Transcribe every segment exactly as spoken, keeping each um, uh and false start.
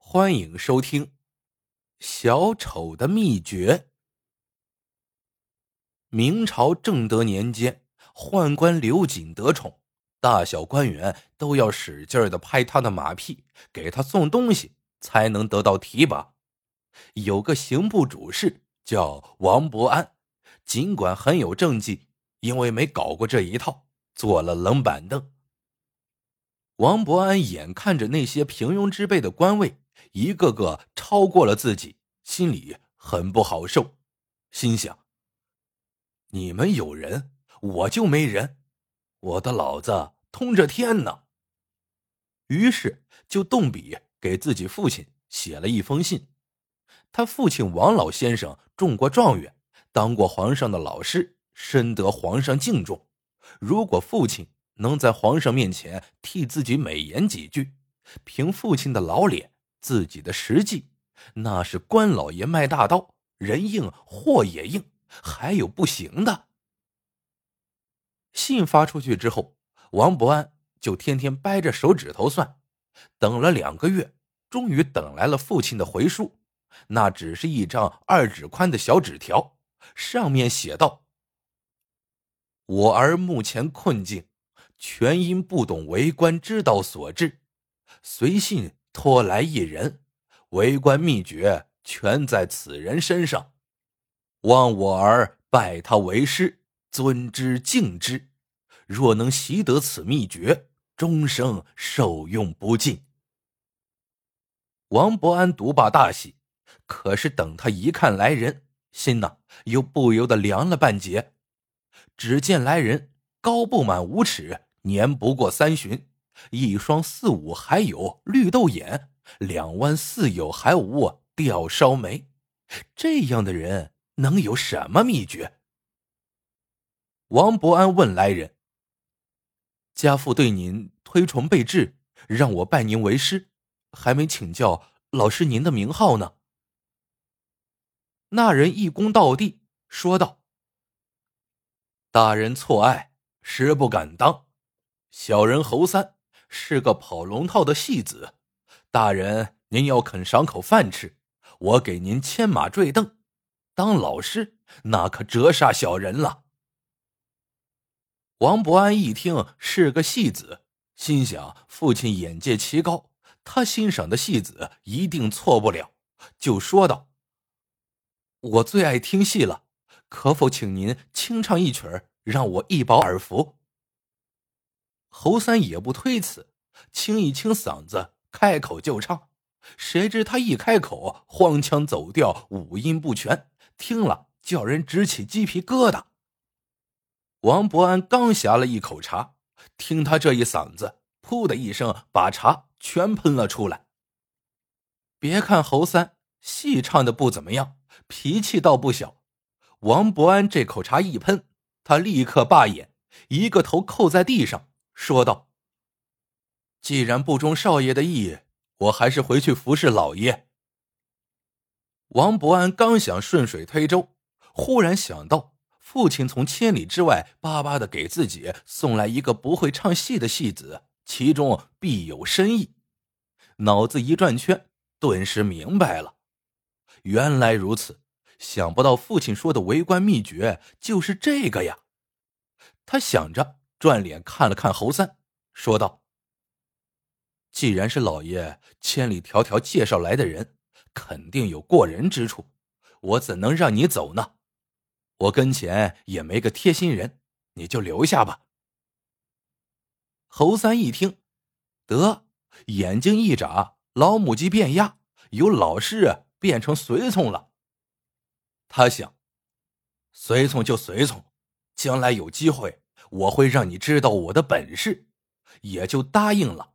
欢迎收听《小丑的秘诀》。明朝正德年间，宦官刘瑾得宠，大小官员都要使劲的拍他的马屁，给他送东西，才能得到提拔。有个刑部主事叫王伯安，尽管很有政绩，因为没搞过这一套，坐了冷板凳。王伯安眼看着那些平庸之辈的官位一个个超过了自己，心里很不好受，心想：你们有人，我就没人，我的老子通着天呢。于是就动笔给自己父亲写了一封信。他父亲王老先生中过状元，当过皇上的老师，深得皇上敬重。如果父亲能在皇上面前替自己美言几句，凭父亲的老脸，自己的实际，那是官老爷卖大刀，人硬货也硬，还有不行的。信发出去之后，王伯安就天天掰着手指头算，等了两个月，终于等来了父亲的回书。那只是一张二指宽的小纸条，上面写道：我儿目前困境，全因不懂为官之道所致，随信托来一人，为官秘诀全在此人身上，望我儿拜他为师，尊之敬之，若能习得此秘诀，终生受用不尽。王伯安读罢大喜，可是等他一看来人，心呐又不由得凉了半截。只见来人高不满五尺，年不过三旬，一双四五还有绿豆眼，两弯似有还无吊梢眉。这样的人能有什么秘诀？王伯安问来人：家父对您推崇备至，让我拜您为师，还没请教老师您的名号呢。那人一躬到地说道：大人错爱，实不敢当。小人侯三是个跑龙套的戏子，大人您要肯赏口饭吃，我给您牵马坠镫，当老师那可折煞小人了。王伯安一听是个戏子，心想父亲眼界奇高，他欣赏的戏子一定错不了，就说道：我最爱听戏了，可否请您清唱一曲儿，让我一饱耳福？侯三也不推辞，清一清嗓子，开口就唱。谁知他一开口，荒腔走调，五音不全，听了叫人直起鸡皮疙瘩。王伯安刚呷了一口茶，听他这一嗓子，噗的一声把茶全喷了出来。别看侯三戏唱的不怎么样，脾气倒不小。王伯安这口茶一喷，他立刻罢眼，一个头扣在地上，说道：既然不忠少爷的意，我还是回去服侍老爷。王伯安刚想顺水推舟，忽然想到父亲从千里之外巴巴的给自己送来一个不会唱戏的戏子，其中必有深意。脑子一转圈，顿时明白了，原来如此，想不到父亲说的为官秘诀就是这个呀。他想着，转脸看了看侯三，说道：既然是老爷千里迢迢介绍来的人，肯定有过人之处，我怎能让你走呢？我跟前也没个贴心人，你就留下吧。侯三一听，得，眼睛一眨，老母鸡变鸭，由老师变成随从了。他想，随从就随从，将来有机会我会让你知道我的本事，也就答应了。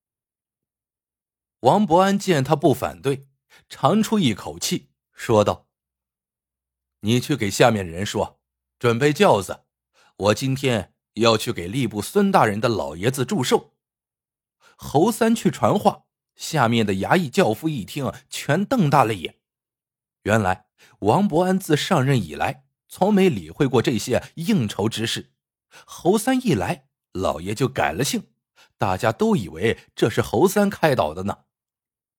王伯安见他不反对，长出一口气，说道：你去给下面人说，准备轿子，我今天要去给吏部孙大人的老爷子祝寿。侯三去传话，下面的衙役轿夫一听，全瞪大了眼。原来王伯安自上任以来，从没理会过这些应酬之事，侯三一来，老爷就改了性，大家都以为这是侯三开导的呢。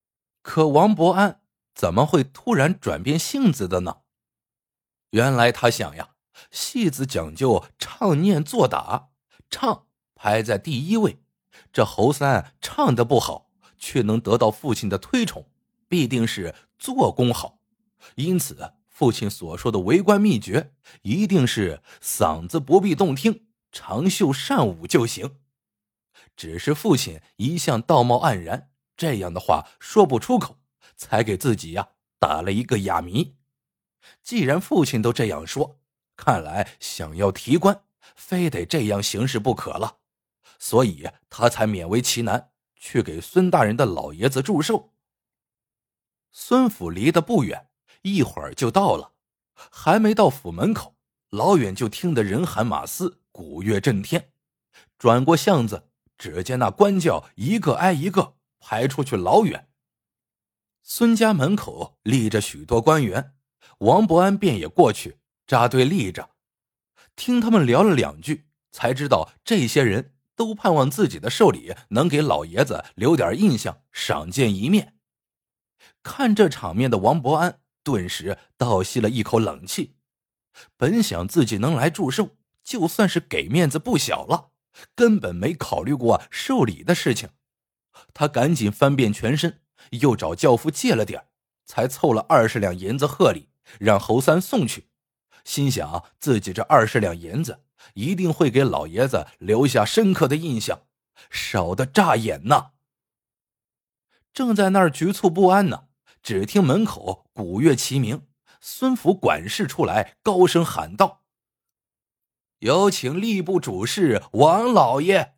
可王伯安怎么会突然转变性子的呢？原来他想呀，戏子讲究唱念做打，唱排在第一位。这侯三唱得不好，却能得到父亲的推崇，必定是做工好。因此父亲所说的为官秘诀，一定是嗓子不必动听，长袖善舞就行。只是父亲一向道貌岸然，这样的话说不出口，才给自己呀打了一个哑谜。既然父亲都这样说，看来想要提官，非得这样行事不可了。所以他才勉为其难去给孙大人的老爷子祝寿。孙府离得不远，一会儿就到了。还没到府门口，老远就听得人喊马嘶，鼓乐震天。转过巷子，只见那官轿一个挨一个排出去老远。孙家门口立着许多官员，王伯安便也过去扎堆立着。听他们聊了两句，才知道这些人都盼望自己的寿礼能给老爷子留点印象，赏见一面。看这场面的王伯安顿时倒吸了一口冷气。本想自己能来祝寿，就算是给面子不小了，根本没考虑过寿礼的事情。他赶紧翻遍全身，又找轿夫借了点，才凑了二十两银子贺礼，让侯三送去。心想自己这二十两银子一定会给老爷子留下深刻的印象，少得扎眼呐。正在那儿局促不安呢，只听门口鼓乐齐鸣，孙府管事出来高声喊道：“有请吏部主事王老爷。”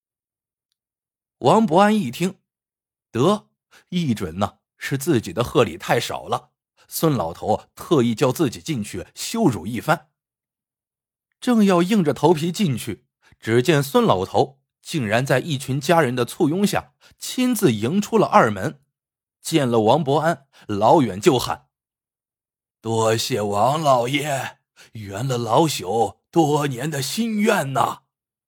王伯安一听，得，一准呢是自己的贺礼太少了，孙老头特意叫自己进去羞辱一番。正要硬着头皮进去，只见孙老头竟然在一群家人的簇拥下亲自迎出了二门。见了王伯安，老远就喊：“多谢王老爷，圆了老朽多年的心愿呐！”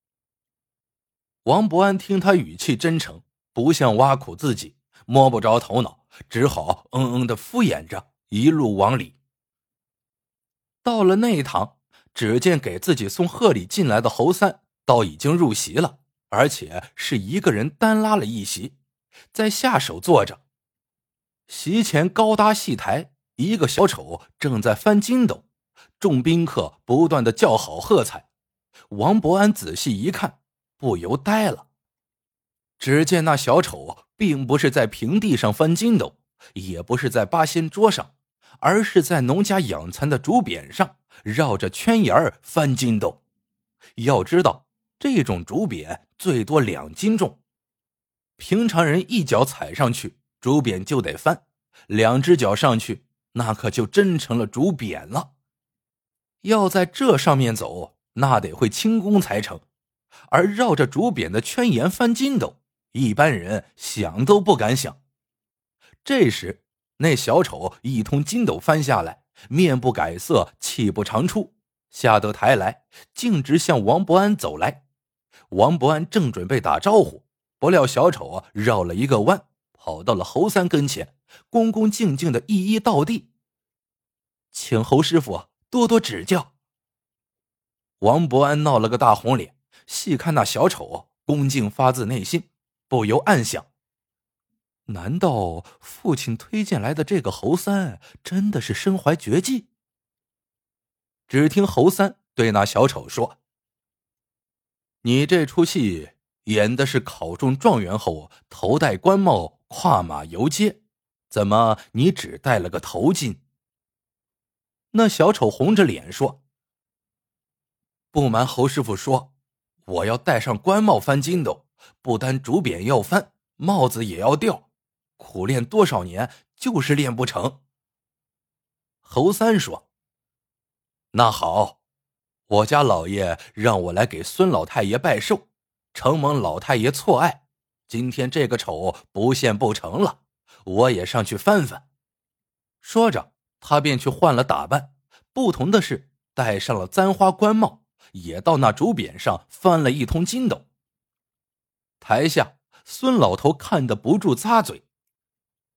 王伯安听他语气真诚，不像挖苦自己，摸不着头脑，只好嗯嗯的敷衍着，一路往里。到了内堂，只见给自己送贺礼进来的侯三倒已经入席了，而且是一个人单拉了一席，在下手坐着。席前高搭戏台，一个小丑正在翻筋斗，众宾客不断的叫好喝彩。王伯安仔细一看，不由呆了。只见那小丑并不是在平地上翻筋斗，也不是在八仙桌上，而是在农家养蚕的竹匾上绕着圈沿儿翻筋斗。要知道这种竹匾最多两斤重，平常人一脚踩上去，竹匾就得翻，两只脚上去，那可就真成了竹匾了。要在这上面走，那得会轻功才成，而绕着竹匾的圈沿翻筋斗，一般人想都不敢想。这时那小丑一通筋斗翻下来，面不改色，气不长出，下得台来，径直向王伯安走来。王伯安正准备打招呼，不料小丑绕了一个弯，跑到了侯三跟前，恭恭敬敬的一一倒地：“请侯师傅多多指教。”王伯安闹了个大红脸，细看那小丑，恭敬发自内心，不由暗想：难道父亲推荐来的这个侯三真的是身怀绝技？只听侯三对那小丑说：“你这出戏演的是考中状元后头戴官帽跨马游街，怎么你只戴了个头巾？”那小丑红着脸说：“不瞒侯师傅说，我要戴上官帽翻筋斗，不单竹匾要翻，帽子也要掉，苦练多少年就是练不成。”侯三说：“那好，我家老爷让我来给孙老太爷拜寿，承蒙老太爷错爱，今天这个丑不现不成了，我也上去翻翻。”说着他便去换了打扮，不同的是戴上了簪花官帽，也到那竹匾上翻了一通筋斗。台下孙老头看得不住咂嘴：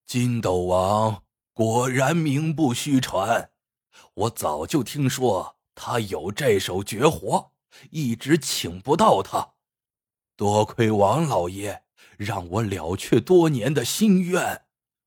筋斗王果然名不虚传，我早就听说他有这手绝活，一直请不到他。多亏王老爷让我了却多年的心愿。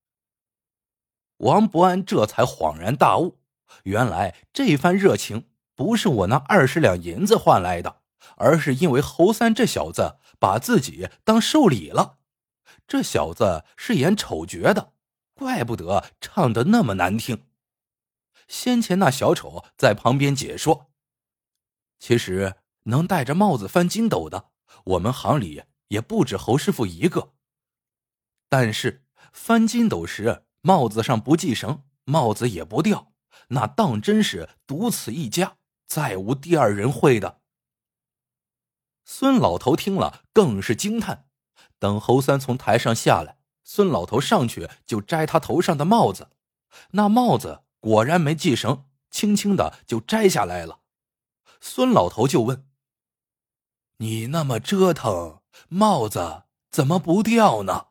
王伯安这才恍然大悟，原来这番热情不是我那二十两银子换来的，而是因为侯三这小子把自己当受礼了。这小子是演丑角的，怪不得唱得那么难听。先前那小丑在旁边解说，其实能戴着帽子翻筋斗的，我们行里也不止侯师傅一个。但是翻筋斗时帽子上不系绳，帽子也不掉，那当真是独此一家，再无第二人会的。孙老头听了更是惊叹，等侯三从台上下来，孙老头上去就摘他头上的帽子，那帽子果然没系绳，轻轻的就摘下来了。孙老头就问：你那么折腾，帽子怎么不掉呢？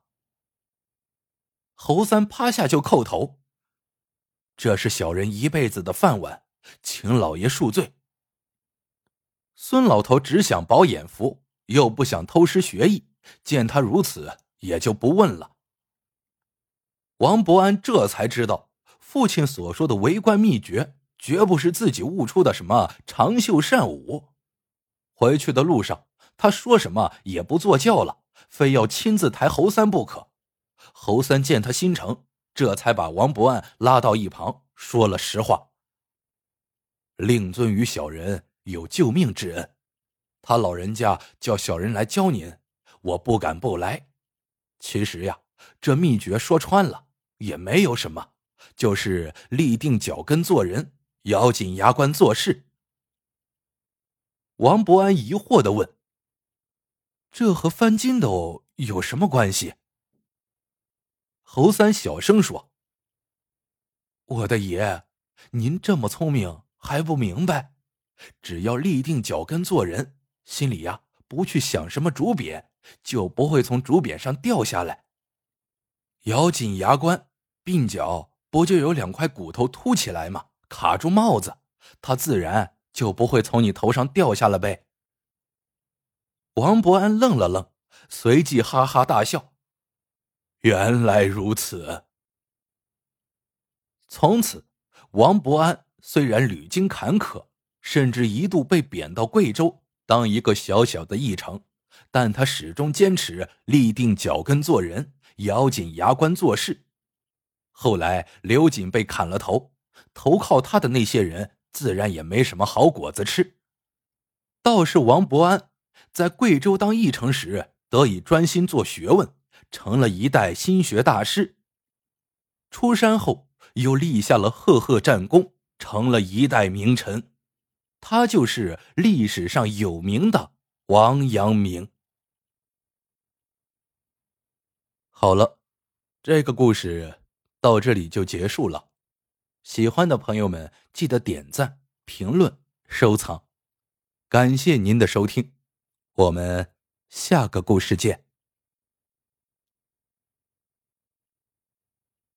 侯三趴下就叩头：这是小人一辈子的饭碗，请老爷恕罪。孙老头只想饱眼福，又不想偷师学艺，见他如此，也就不问了。王伯安这才知道，父亲所说的为官秘诀绝不是自己悟出的什么长袖善舞。回去的路上，他说什么也不坐轿了，非要亲自抬侯三不可。侯三见他心诚，这才把王伯安拉到一旁，说了实话：令尊与小人有救命之恩，他老人家叫小人来教您，我不敢不来。其实呀，这秘诀说穿了也没有什么，就是立定脚跟做人，咬紧牙关做事。王伯安疑惑地问：这和翻筋斗有什么关系？侯三小声说：我的爷，您这么聪明还不明白？只要立定脚跟做人，心里呀不去想什么竹匾，就不会从竹匾上掉下来。咬紧牙关，鬓角不就有两块骨头凸起来吗？卡住帽子，它自然就不会从你头上掉下了呗。王伯安愣了愣，随即哈哈大笑：原来如此。从此，王伯安虽然屡经坎坷，甚至一度被贬到贵州当一个小小的驿丞，但他始终坚持立定脚跟做人，咬紧牙关做事。后来刘瑾被砍了头，投靠他的那些人自然也没什么好果子吃。倒是王伯安在贵州当驿丞时得以专心做学问，成了一代心学大师。出山后又立下了赫赫战功，成了一代名臣。他就是历史上有名的王阳明。好了，这个故事到这里就结束了。喜欢的朋友们记得点赞、评论、收藏。感谢您的收听，我们下个故事见。